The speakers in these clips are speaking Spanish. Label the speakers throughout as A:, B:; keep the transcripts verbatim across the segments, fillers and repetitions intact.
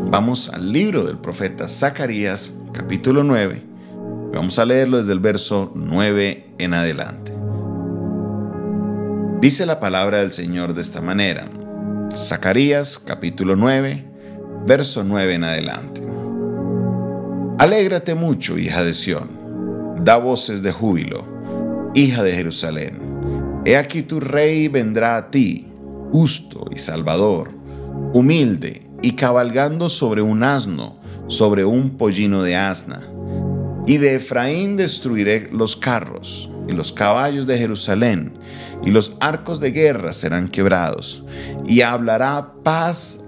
A: Vamos al libro del profeta Zacarías, capítulo nueve. Vamos a leerlo desde el verso nueve en adelante. Dice la palabra del Señor de esta manera. Zacarías, capítulo nueve, verso nueve en adelante. Alégrate mucho, hija de Sión, da voces de júbilo, hija de Jerusalén. He aquí tu rey vendrá a ti, justo y salvador, humilde y cabalgando sobre un asno, sobre un pollino de asna. Y de Efraín destruiré los carros y los caballos de Jerusalén, y los arcos de guerra serán quebrados, y hablará paz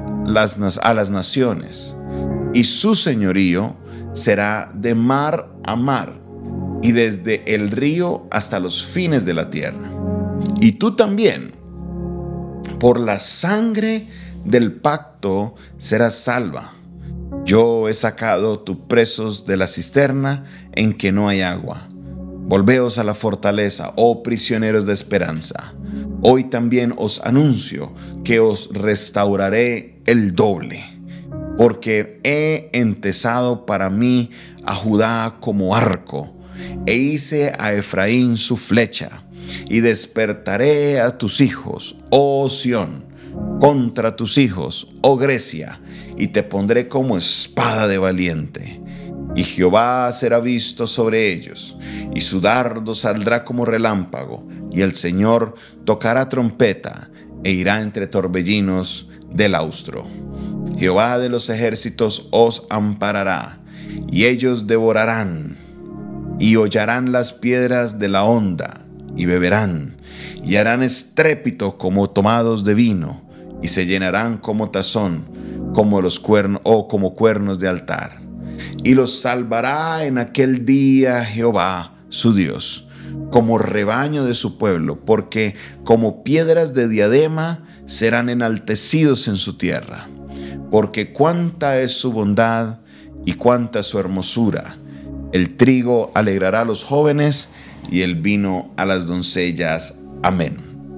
A: a las naciones, y su señorío será de mar a mar, y desde el río hasta los fines de la tierra. Y tú también, por la sangre del pacto, serás salva. Yo he sacado tus presos de la cisterna en que no hay agua. Volveos a la fortaleza, oh prisioneros de esperanza. Hoy también os anuncio que os restauraré el doble, porque he entesado para mí a Judá como arco, e hice a Efraín su flecha, y despertaré a tus hijos, oh Sión, contra tus hijos, oh Grecia, y te pondré como espada de valiente. Y Jehová será visto sobre ellos, y su dardo saldrá como relámpago, y el Señor tocará trompeta, e irá entre torbellinos del austro. Jehová de los ejércitos os amparará, y ellos devorarán, y hollarán las piedras de la honda, y beberán, y harán estrépito como tomados de vino, y se llenarán como tazón, como los cuernos o como cuernos de altar. Y los salvará en aquel día Jehová, su Dios, como rebaño de su pueblo, porque como piedras de diadema serán enaltecidos en su tierra. Porque cuánta es su bondad y cuánta su hermosura. El trigo alegrará a los jóvenes y el vino a las doncellas. Amén.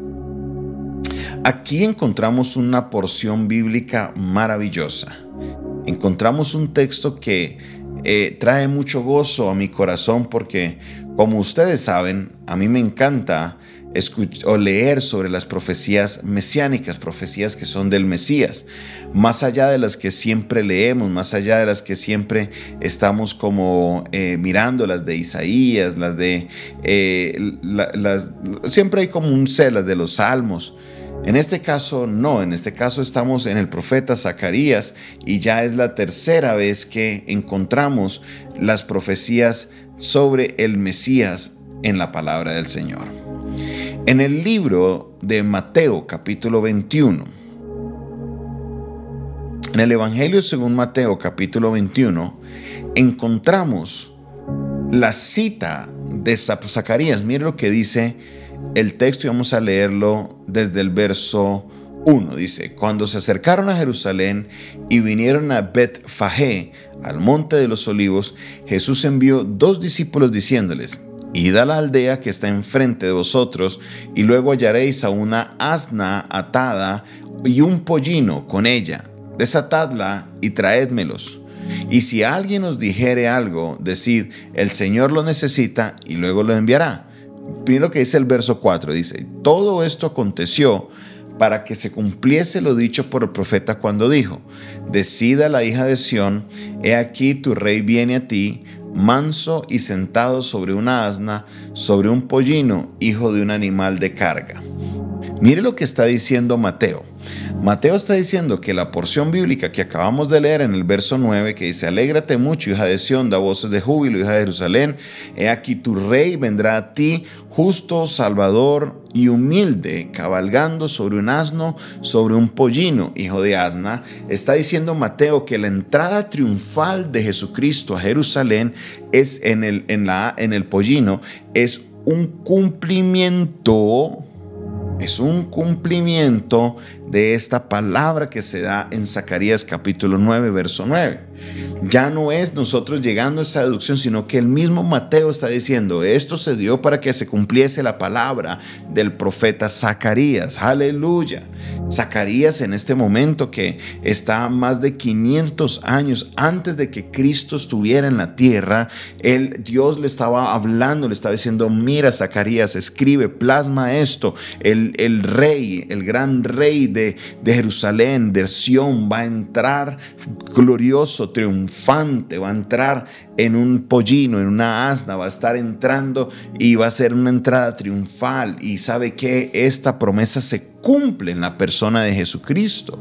A: Aquí encontramos una porción bíblica maravillosa. Encontramos un texto que eh, trae mucho gozo a mi corazón porque, como ustedes saben, a mí me encanta escuchar o leer sobre las profecías mesiánicas, profecías que son del Mesías, más allá de las que siempre leemos, más allá de las que siempre estamos como eh, mirando, las de Isaías, las de, eh, la, las, siempre hay como un C, las de los Salmos. En este caso no, en este caso estamos en el profeta Zacarías y ya es la tercera vez que encontramos las profecías sobre el Mesías en la palabra del Señor. En el libro de Mateo capítulo veintiuno, en el Evangelio según Mateo capítulo veintiuno, encontramos la cita de Zacarías. Miren lo que dice el texto y vamos a leerlo desde el verso uno. Dice: cuando se acercaron a Jerusalén y vinieron a Bet-Fagé, al monte de los olivos, Jesús envió dos discípulos diciéndoles: id a la aldea que está enfrente de vosotros, y luego hallaréis a una asna atada y un pollino con ella. Desatadla y traédmelos. Y si alguien os dijere algo, decid: el Señor lo necesita, y luego lo enviará. Miren lo que dice el verso cuatro, dice: todo esto aconteció para que se cumpliese lo dicho por el profeta cuando dijo: decida la hija de Sión, he aquí tu rey viene a ti, manso y sentado sobre una asna, sobre un pollino, hijo de un animal de carga. Mire lo que está diciendo Mateo. Mateo está diciendo que la porción bíblica que acabamos de leer en el verso nueve, que dice: alégrate mucho, hija de Sión, da voces de júbilo, hija de Jerusalén, he aquí tu rey vendrá a ti, justo, salvador y humilde, cabalgando sobre un asno, sobre un pollino, hijo de asna. Está diciendo Mateo que la entrada triunfal de Jesucristo a Jerusalén es en el, en la, en el pollino, es un cumplimiento Es un cumplimiento de esta palabra que se da en Zacarías capítulo nueve, verso nueve. Ya no es nosotros llegando a esa deducción, sino que el mismo Mateo está diciendo, esto se dio para que se cumpliese la palabra del profeta Zacarías. Aleluya. Zacarías en este momento que está más de quinientos años antes de que Cristo estuviera en la tierra, él, Dios le estaba hablando, le estaba diciendo, mira Zacarías, escribe, plasma esto, el, el rey, el gran rey de, de Jerusalén, de Sión, va a entrar glorioso, triunfante, va a entrar en un pollino, en una asna, va a estar entrando y va a ser una entrada triunfal. Y sabe que esta promesa se cumple en la persona de Jesucristo.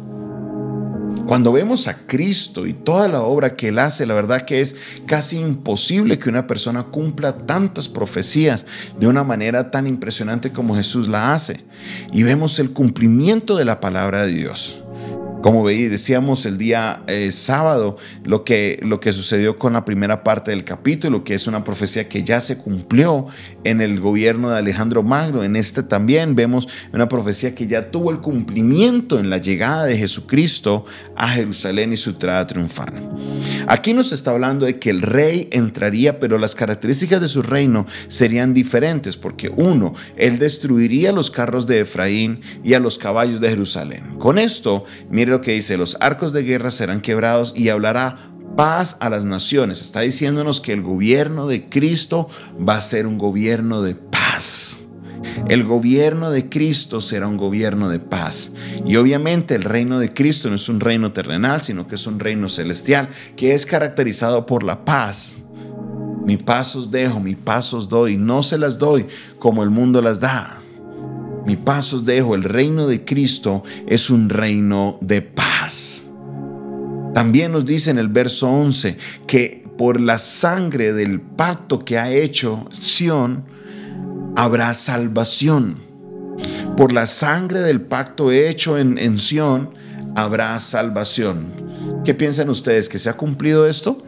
A: Cuando vemos a Cristo y toda la obra que Él hace, la verdad que es casi imposible que una persona cumpla tantas profecías de una manera tan impresionante como Jesús la hace. Y vemos el cumplimiento de la palabra de Dios. Como decíamos el día eh, sábado, lo que, lo que sucedió con la primera parte del capítulo, que es una profecía que ya se cumplió en el gobierno de Alejandro Magno. En este también vemos una profecía que ya tuvo el cumplimiento en la llegada de Jesucristo a Jerusalén y su entrada triunfal. Aquí nos está hablando de que el rey entraría, pero las características de su reino serían diferentes, porque uno, él destruiría los carros de Efraín y a los caballos de Jerusalén. Con esto, mire lo que dice, los arcos de guerra serán quebrados y hablará paz a las naciones. Está diciéndonos que el gobierno de Cristo va a ser un gobierno de paz. El gobierno de Cristo será un gobierno de paz. Y obviamente el reino de Cristo no es un reino terrenal, sino que es un reino celestial, que es caracterizado por la paz. Mi paz os dejo, mi paz os doy, no se las doy como el mundo las da. Mi paz os dejo. El reino de Cristo es un reino de paz. También nos dice en el verso once que por la sangre del pacto que ha hecho Sión habrá salvación. Por la sangre del pacto hecho en, en Sión habrá salvación. ¿Qué piensan ustedes? ¿Que se ha cumplido esto?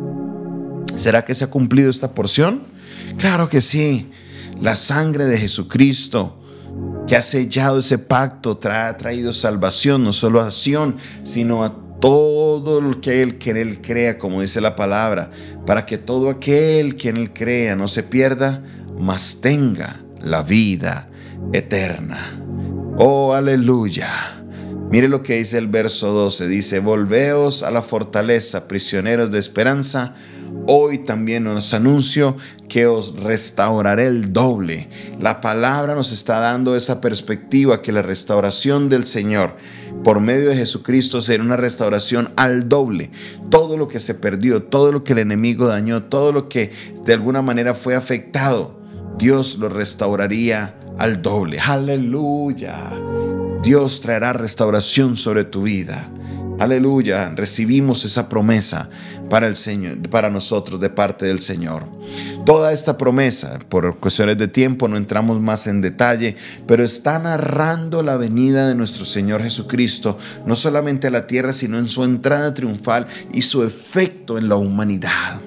A: ¿Será que se ha cumplido esta porción? Claro que sí. La sangre de Jesucristo que ha sellado ese pacto, tra- ha traído salvación no solo a Sión, sino a todo lo que él, que en él crea, como dice la palabra, para que todo aquel que en él crea no se pierda, mas tenga la vida eterna. Oh, aleluya. Mire lo que dice el verso doce, dice, volveos a la fortaleza, prisioneros de esperanza. Hoy también os anuncio que os restauraré el doble. La palabra nos está dando esa perspectiva que la restauración del Señor por medio de Jesucristo será una restauración al doble. Todo lo que se perdió, todo lo que el enemigo dañó, todo lo que de alguna manera fue afectado, Dios lo restauraría al doble. Aleluya. Dios traerá restauración sobre tu vida. Aleluya, recibimos esa promesa para el Señor, para nosotros de parte del Señor. Toda esta promesa, por cuestiones de tiempo no entramos más en detalle, pero está narrando la venida de nuestro Señor Jesucristo, no solamente a la tierra, sino en su entrada triunfal y su efecto en la humanidad.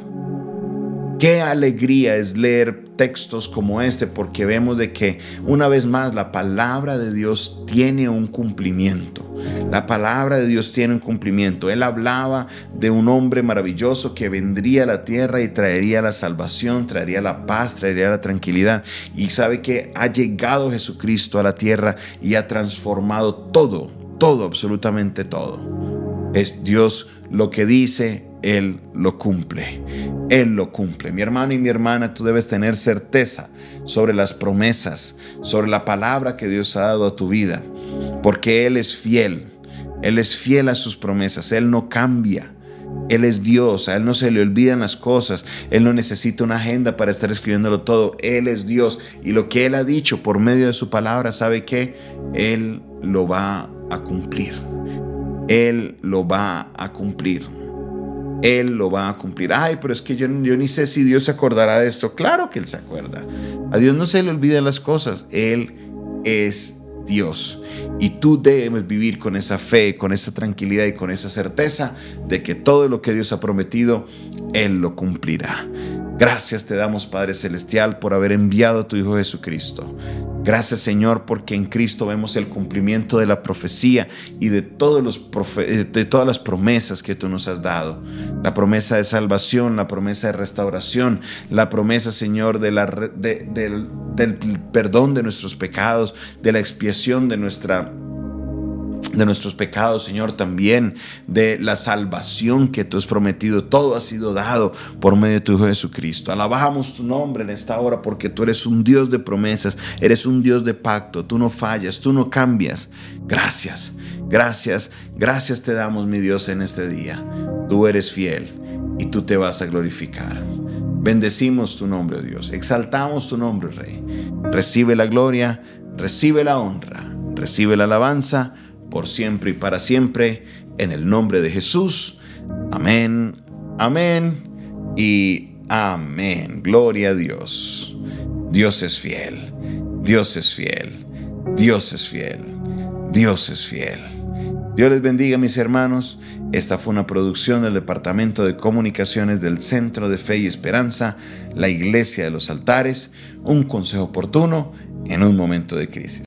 A: Qué alegría es leer textos como este, porque vemos de que una vez más la palabra de Dios tiene un cumplimiento. La palabra de Dios tiene un cumplimiento. Él hablaba de un hombre maravilloso que vendría a la tierra y traería la salvación, traería la paz, traería la tranquilidad. Y sabe que ha llegado Jesucristo a la tierra y ha transformado todo, todo, absolutamente todo. Es Dios lo que dice, Él lo cumple. Él lo cumple. Mi hermano y mi hermana, tú debes tener certeza sobre las promesas, sobre la palabra que Dios ha dado a tu vida, porque Él es fiel. Él es fiel a sus promesas. Él no cambia. Él es Dios. A Él no se le olvidan las cosas. Él no necesita una agenda para estar escribiéndolo todo. Él es Dios. Y lo que Él ha dicho por medio de su palabra, ¿sabe qué? Él lo va a cumplir. Él lo va a cumplir. Él lo va a cumplir. Ay, pero es que yo, yo ni sé si Dios se acordará de esto. Claro que Él se acuerda. A Dios no se le olvidan las cosas. Él es Dios. Y tú debes vivir con esa fe, con esa tranquilidad y con esa certeza de que todo lo que Dios ha prometido, Él lo cumplirá. Gracias te damos, Padre Celestial, por haber enviado a tu Hijo Jesucristo. Gracias, Señor, porque en Cristo vemos el cumplimiento de la profecía y de, todos los profe- de todas las promesas que tú nos has dado. La promesa de salvación, la promesa de restauración, la promesa, Señor, de la, de, de, del perdón de nuestros pecados, de la expiación de nuestra de nuestros pecados, Señor, también de la salvación que tú has prometido. Todo ha sido dado por medio de tu Hijo Jesucristo. Alabamos tu nombre en esta hora porque tú eres un Dios de promesas, eres un Dios de pacto, tú no fallas, tú no cambias. Gracias, gracias, gracias te damos, mi Dios, en este día. Tú eres fiel y tú te vas a glorificar. Bendecimos tu nombre, oh Dios, exaltamos tu nombre, Rey. Recibe la gloria, recibe la honra, recibe la alabanza, por siempre y para siempre, en el nombre de Jesús. Amén, amén y amén. Gloria a Dios. Dios es fiel, Dios es fiel, Dios es fiel, Dios es fiel. Dios les bendiga, mis hermanos. Esta fue una producción del Departamento de Comunicaciones del Centro de Fe y Esperanza, la Iglesia de los Altares, un consejo oportuno en un momento de crisis.